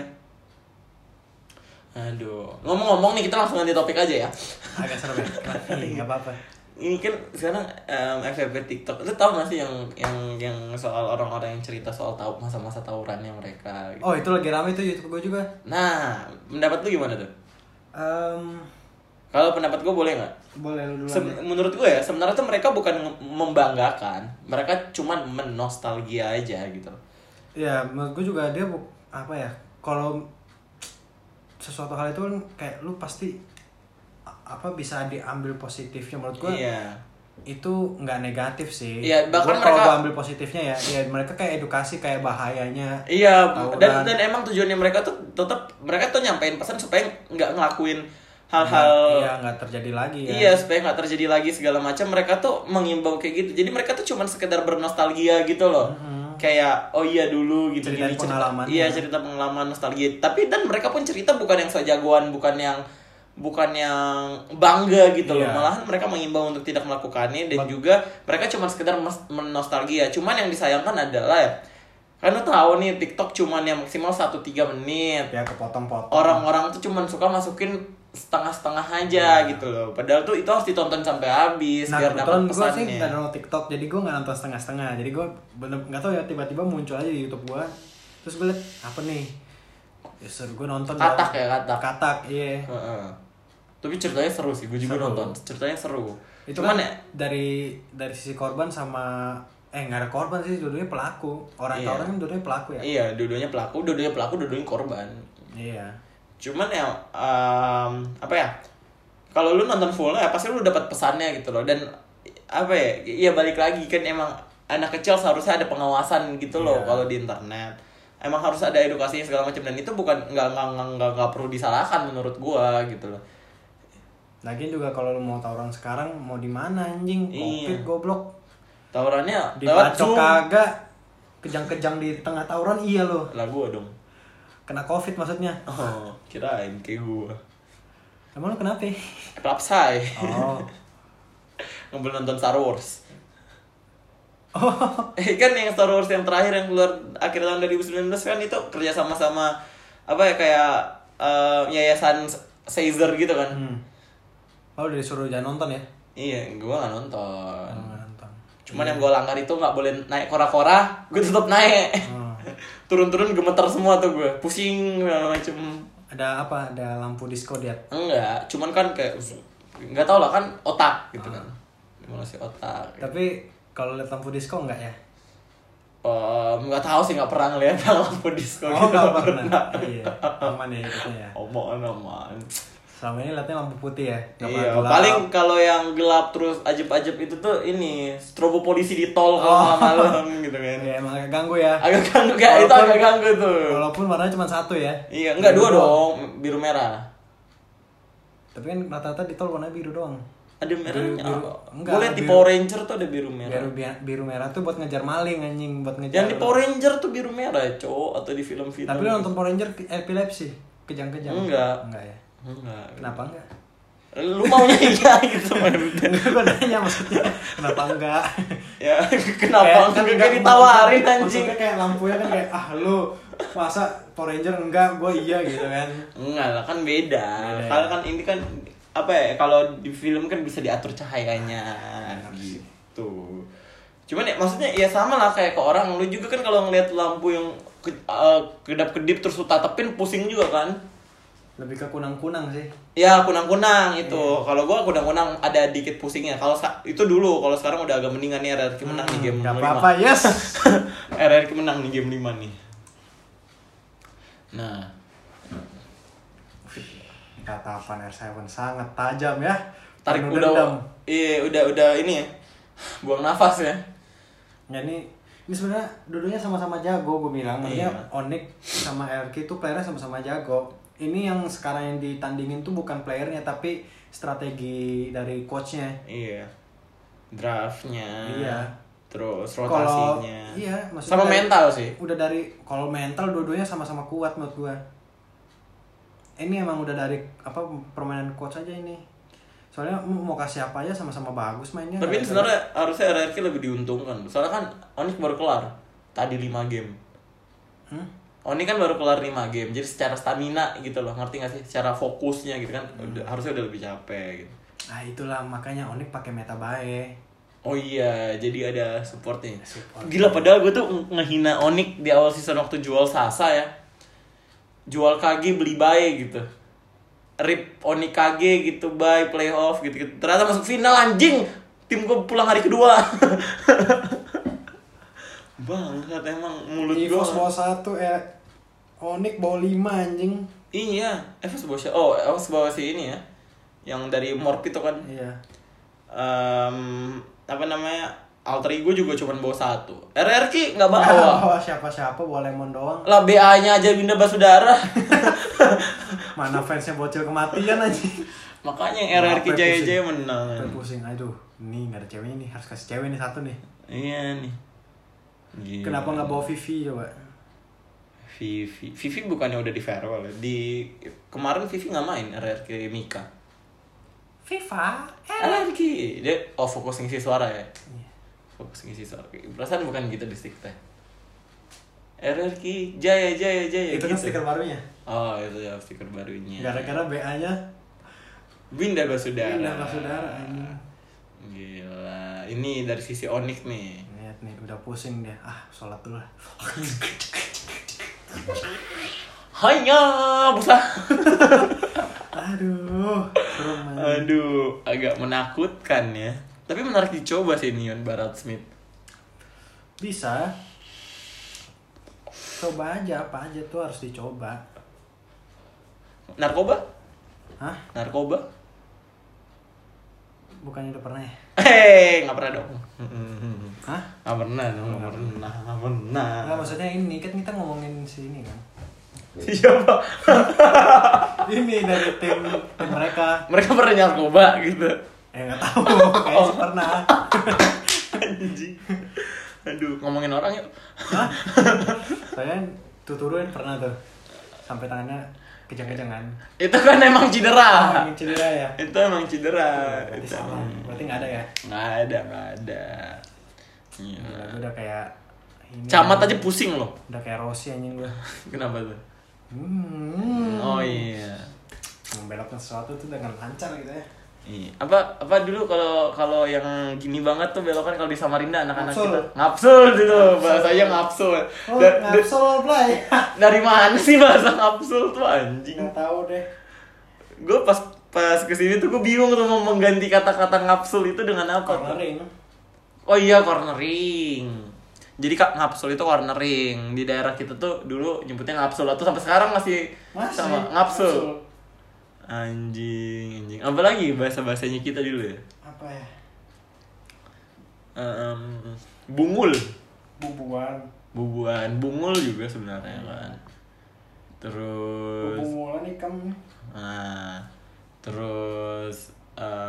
Aduh. Ngomong-ngomong nih kita langsung ganti topik aja ya. Agak serem ya. Enggak apa-apa. Ini kan sekarang FYP TikTok. Lu tau gak sih yang soal orang-orang yang cerita soal tahu masa-masa tawurannya mereka gitu. Oh, itu lagi rame tuh YouTube gue juga. Nah, pendapat lu gimana tuh? Kalau pendapat gue boleh nggak? Boleh lu duluan. Menurut gue ya, sebenarnya tuh mereka bukan membanggakan. Mereka cuman menostalgia aja gitu. Ya, menurut gue juga dia apa ya? Kalau sesuatu hal itu kan kayak lu pasti bisa diambil positifnya menurut gue. Iya. Itu nggak negatif sih. Iya, bahkan kalau gue ambil positifnya ya mereka kayak edukasi kayak bahayanya. Iya, dan emang tujuannya mereka tuh tetap mereka tuh nyampein pesan supaya nggak ngelakuin hal-hal. Iya, nggak terjadi lagi ya. Iya, supaya nggak terjadi lagi segala macam. Mereka tuh mengimbau kayak gitu. Jadi mereka tuh cuman sekedar bernostalgia gitu loh. Kayak oh iya dulu gitu cerita pengalaman. Iya, cerita pengalaman nostalgia. Tapi dan mereka pun cerita bukan yang sejagoan, bukan yang bangga gitu loh. Malahan mereka mengimbau untuk tidak melakukannya dan juga mereka cuma sekedar menostalgia. Cuman yang disayangkan adalah ya, kan lu tahu nih TikTok cuman yang maksimal 1-3 menit. Ya kepotong-potong. Orang-orang tuh cuman suka masukin setengah-setengah aja gitu loh. Padahal tuh itu harus ditonton sampai habis biar dapat pesannya. Gue sih nggak download TikTok, jadi gue nggak nonton setengah-setengah. Jadi gue bener nggak tahu ya tiba-tiba muncul aja di YouTube gue. Terus gue liat apa nih? Ya seru gue nonton. Katak, iya. Tapi ceritanya seru sih, gue juga nonton. Ceritanya seru. Itu cuman kan ya dari sisi korban sama nggak ada korban sih, dua-duanya pelaku. Orang kan dua-duanya pelaku ya. Iya, dua-duanya pelaku, dua-duanya korban. Iya. Cuman ya apa ya? Kalau lu nonton full ya pasti lu dapat pesannya gitu loh. Dan apa ya? Iya balik lagi kan emang anak kecil seharusnya ada pengawasan gitu loh kalau di internet. Emang harus ada edukasi segala macam dan itu bukan nggak perlu disalahkan menurut gua gitu loh. Lagian juga kalau lu mau tawuran sekarang mau di mana anjing? Covid goblok. Tawurannya dibacok kagak. Kejang-kejang di tengah tawuran iya lo. Lah gua dong. Kena Covid maksudnya. Oh, kirain kayak gua. Emang lu kenapa? Klapsai. Oh. Ngambil nonton Star Wars. Oh. Kan yang Star Wars yang terakhir yang keluar akhir tahun 2019 kan itu kerja sama apa ya kayak yayasan Caesar gitu kan. Oh, udah disuruh jangan nonton ya? Iya, gue gak nonton. Cuman yang gue langgar itu gak boleh naik kora-kora, gue tetap naik. Turun-turun gemeter semua tuh gue, pusing macem. Ada apa? Ada lampu disco dia? Enggak, cuman kan kayak gak tau lah kan otak gitu kan. Simulasi otak. Tapi Kalau lihat lampu disco enggak ya? Nggak tahu sih, nggak pernah ngeliat lampu disco gitu. Nggak pernah. Iya, aman ya hidupnya ya. Aman. Selama ini liatnya lampu putih ya. Iya, paling kalau yang gelap terus ajeb-ajeb itu tuh ini strobo polisi di tol kalau malam gitu kan. Iya, emang agak ganggu ya. Agak ganggu ya, itu agak ganggu tuh. Walaupun warnanya cuma satu ya. Iya, enggak dua dong, biru merah. Tapi kan rata-rata di tol warnanya biru doang. Ada merahnya. Gue liat di Power Ranger tuh ada biru merah. Biru merah tuh buat ngejar maling anjing, buat ngejar. Yang di Power Ranger tuh biru merah, cowok, atau di film-film. Tapi lu nonton Power Ranger epilepsi, kejang-kejang. Enggak ya. Enggak. Kenapa enggak? Lu maunya iya gitu sama gue nanya maksudnya kenapa enggak? Ya kenapa kan enggak ditawarin anjing. Maksudnya kayak lampunya kan kayak lu masa Power Ranger enggak, gue iya gitu kan. Enggak lah, kan beda. Kalau kan ini kan apa ya, kalau di film kan bisa diatur cahayanya gitu. Cuman ya maksudnya ya sama lah kayak ke orang. Lu juga kan kalau ngeliat lampu yang kedap-kedip terus lu tatepin pusing juga kan. Lebih ke kunang-kunang sih. Ya kunang-kunang itu. Kalau gua kunang-kunang ada dikit pusingnya. Kalau itu dulu, kalau sekarang udah agak mendingan nih. RRQ menang nih game 5. Gak apa-apa, yes. RRQ menang nih game 5 nih. Nah, tatapan R7 sangat tajam ya. Tarik udah. Iya, udah ini ya. Buang nafas ya. Ya ini sebenarnya dulunya sama-sama jago, gue bilang. Maksudnya Onyx sama RRQ itu playernya sama-sama jago. Ini yang sekarang yang ditandingin tuh bukan playernya tapi strategi dari coachnya. Iya. Draftnya. Iya. Terus rotasinya. Iya, maksudnya sama mental sih. Udah dari kalau mental dua-duanya sama-sama kuat menurut gua. Ini emang udah dari permainan coach aja ini. Soalnya mau kasih apa aja sama-sama bagus mainnya. Tapi sebenarnya harusnya RRQ lebih diuntungkan. Soalnya kan Onyx baru kelar tadi 5 game. Oni kan baru kelar 5 game, jadi secara stamina gitu loh, ngerti gak sih? Secara fokusnya gitu kan, harusnya udah lebih capek gitu. Nah itulah makanya Onyx pakai meta bae. Oh iya, jadi ada supportnya. Gila, padahal gue tuh ngehina Onyx di awal season waktu jual Sasa ya. Jual KG beli bae gitu. Rip Onyx KG gitu, bye playoff gitu. Ternyata masuk final anjing. Tim gue pulang hari kedua. Banget emang mulut gue. EVOS bawa 1 Onyx bawa 5 anjing. Iya, EVOS bawa siapa? Oh, EVOS bawa si ini ya. Yang dari Morp itu kan. Iya. Apa namanya? Alter Ego juga cuma bawa 1. RRQ nggak bawa. Nggak bawa siapa-siapa, bawa Lemon doang. Lah BA-nya aja Winda Basudara. Mana fansnya bocil kematian anjing. Makanya RRQ jaya-jaya menang. Pusing, aduh. Ini nggak ada ceweknya nih, harus kasih cewek nih 1 nih. Iya nih. Gila. Kenapa nggak bawa Vivi coba? Vivi bukannya udah di farewell ya? Kemarin Vivi nggak main RRQ Mika. FIFA RRQ dia fokus ngisi suara ya. Fokus ngisi suara. Perasaan bukan gitu di stick teh. RRQ jaya. Itu kan stiker barunya. Oh itu ya stiker barunya. Gara-gara BA-nya Winda Basudara. anjing. Gila. Ini dari sisi Onyx nih. Lihat nih udah pusing dia. Sholat dulu lah. Hanya busa. Aduh, agak menakutkan ya. Tapi menarik dicoba sih Neon Barat Smith. Bisa. Coba aja, apa aja tuh harus dicoba. Narkoba? Hah? Narkoba? Bukannya udah pernah ya? Nggak pernah dong. Hah? Nggak pernah. Nggak, maksudnya ini kan kita ngomongin sini kan. Siapa? Ini dari tim mereka. Mereka pernah narkoba gitu. Nggak tahu, kayaknya sih pernah. Anjing. Aduh, ngomongin orang yuk. Hah? Saya tuturuin pernah tuh. Sampai tangannya kejang-kejangan. Itu kan emang cedera. Cedera ya? Itu emang cedera. Berarti sama. Berarti nggak ada ya? Nggak ada. Iya. Gue udah kayak ini. Camat aja pusing loh. Udah kayak Rossi anjing gue. Kenapa tuh? Oh iya. Membelokkan sesuatu tuh dengan lancar gitu ya. Iya. Apa dulu kalau yang gini banget tuh belokan kalau di Samarinda anak-anak kita. Ngapsul gitu. Bahasanya ngapsul. Oh, ngapsul play. Dari mana sih bahasa ngapsul tuh anjing? Nggak tahu deh. Gue pas kesini tuh gue bingung tuh mau mengganti kata-kata ngapsul itu dengan apa? Cornering. Oh iya, cornering. Jadi Ngapsul itu cornering. Di daerah kita tuh dulu nyebutnya Ngapsul. Atau sampai sekarang masih sama Ngapsul. Anjing. Apa lagi bahasa-bahasanya kita dulu ya? Apa ya? Bungul. Bubuan. Bungul juga sebenarnya kan. Terus bubungulan ikan. Nah, terus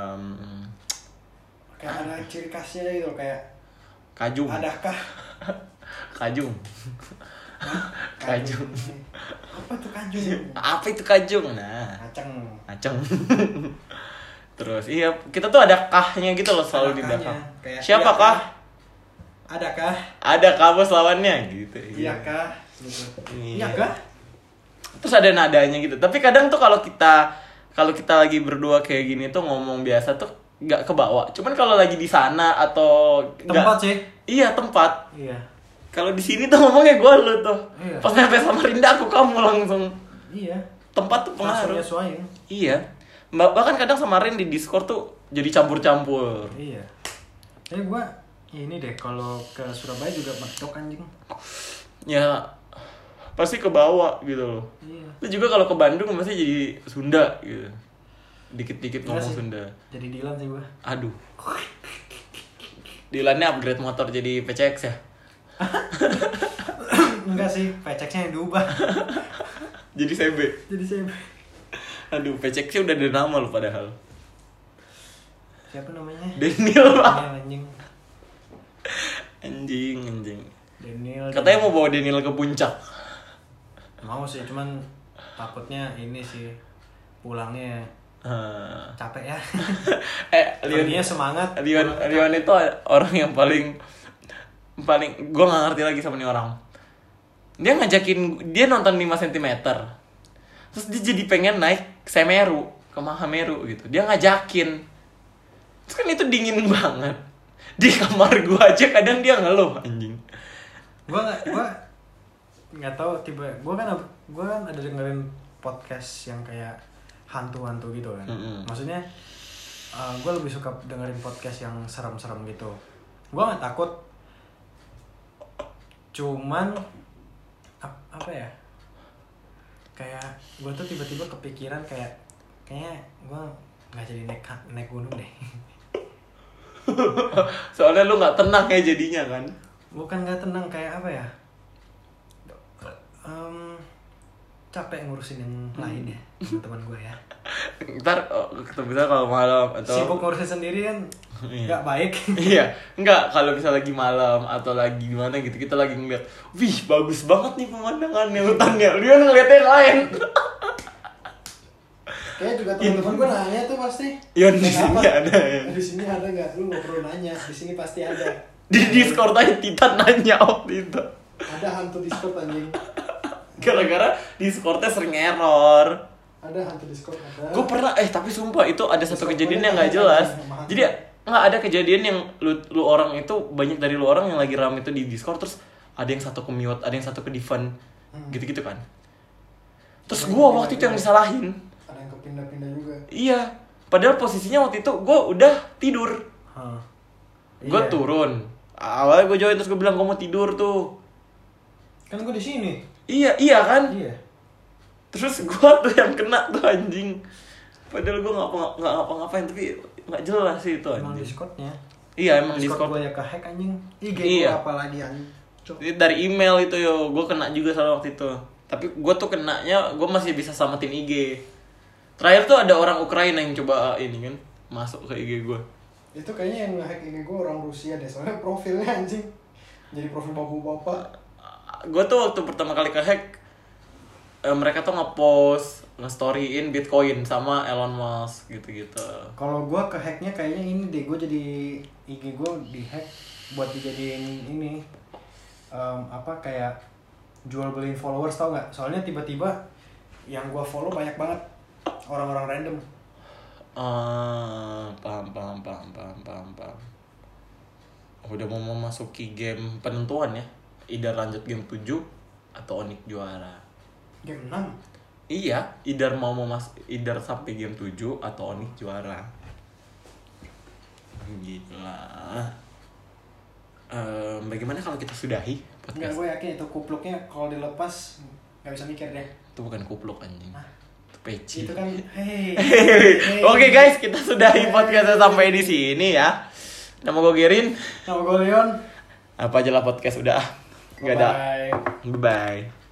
kayak ada ciri khasnya gitu kayak kajung. Adakah? Kajung. Kajung. Apa tuh kajung? Apa itu kajung? Nah, aceng. Terus iya, kita tuh ada kahnya gitu loh selalu di belakang. Siapa kah? Adakah? Ada bos lawannya gitu. Iyakah? Iyakah? Terus ada nadanya gitu. Tapi kadang tuh kalau kita lagi berdua kayak gini tuh ngomong biasa tuh nggak kebawa. Cuman kalau lagi di sana atau tempat sih. Iya, tempat. Iya. Kalau di sini tuh ngomongnya gue lu tuh. Iya. Pas nyampe Samarinda kamu langsung. Iya. Tempat tuh pengaruh. Langsung Iya. Bahkan kadang Samarin di Discord tuh jadi campur-campur. Iya. Gue ini deh kalau ke Surabaya juga mentok anjing. Ya pasti ke bawah gitu loh. Iya. Itu juga kalau ke Bandung pasti jadi Sunda gitu. Dikit-dikit ngomong Sunda. Jadi Dilan sih gue. Aduh. Dilannya upgrade motor jadi PCX ya? Enggak sih, PCX-nya yang diubah. Jadi CB. Aduh, PCX-nya udah ada nama loh padahal. Siapa namanya? Daniel lah. Anjing. Daniel. Katanya mau bawa Daniel ke puncak. Mau sih, cuman takutnya ini sih pulangnya capek ya. Leon semangat. Leon itu orang yang paling gue nggak ngerti lagi sama nih orang. Dia ngajakin dia nonton 5 cm. Terus dia jadi pengen naik Semeru ke Mahameru gitu. Dia ngajakin. Terus kan itu dingin banget. Di kamar gue aja kadang dia ngeluh anjing. Gue nggak tahu gue kan ada dengerin podcast yang kayak hantu-hantu gitu kan. Maksudnya gue lebih suka dengerin podcast yang serem-serem gitu. Gue nggak takut, cuman apa ya, kayak gue tuh tiba-tiba kepikiran kayaknya gue nggak jadi naik gunung deh. Soalnya lu nggak tenang ya jadinya kan. Bukan nggak tenang, kayak apa ya, capek ngurusin yang lain ya teman gue ya. Ntar ketemu kalau malam atau sibuk ngurusin sendiri kan nggak baik. Iya, nggak kalau bisa lagi malam atau lagi gimana gitu kita lagi ngeliat, wih bagus banget nih pemandangannya, hutannya, dia ngeliat yang lain. Kayaknya juga teman-teman gue nanya tuh pasti. Iya di sini ada ya. Di sini ada nggak? Lu nggak perlu nanya. Di sini pasti ada. Di Discord aja Titan nanya waktu itu. Ada hantu Discord anjing. Gara-gara Discordnya sering error. Ada hantu Discord ada. Gue pernah tapi sumpah itu ada satu kejadian yang nggak jelas. Jadi nggak ada kejadian yang lu orang itu banyak dari lu orang yang lagi rame itu di Discord, terus ada yang satu ke mute, ada yang satu ke defend, gitu-gitu kan. Terus gue waktu itu yang disalahin. Ada yang kepindah-pindah juga. Iya, padahal posisinya waktu itu gue udah tidur. Gue turun. Awalnya gue join terus gue bilang gue mau tidur tuh. Kan gue di sini. Iya kan? Iya. Terus gue tuh yang kena tuh anjing. Padahal gue nggak ngapa-ngapain, tapi nggak jelas sih itu anjing. Emang Discordnya. Iya emang Discord. Gue ya ke-hack anjing. IG iya. Gue apalagi anjing. Dari email itu yo, gue kena juga salah waktu itu. Tapi gue tuh kenanya, gue masih bisa selamatin IG. Terakhir tuh ada orang Ukraina yang coba ini kan masuk ke IG gue. Itu kayaknya yang nge-hack IG gue orang Rusia deh, soalnya profilnya anjing jadi profil bapak-bapak. Gue tuh waktu pertama kali ke-hack, mereka tuh nge-post, nge-storyin Bitcoin sama Elon Musk gitu-gitu. Kalau gue ke-hacknya kayaknya ini deh, gue jadi IG gue di-hack buat dijadiin ini kayak jual beliin followers, tau gak? Soalnya tiba-tiba yang gue follow banyak banget orang-orang random. Paham. Udah mau memasuki game penentuan ya. Either lanjut game 7 atau Onyx juara. Game 6? Iya, either sampai game 7 atau Onyx juara. Gila. Bagaimana kalau kita sudahi podcast? Enggak, gue yakin itu kupluknya kalau dilepas nggak bisa mikir deh. Itu bukan kupluk anjing. Itu peci. Itu kan Oke guys, kita sudahi podcastnya sampai di sini ya. Nama gue Gerin. Nama gue Leon. Apa aja lah podcast udah. Enggak ada. Bye. Bye.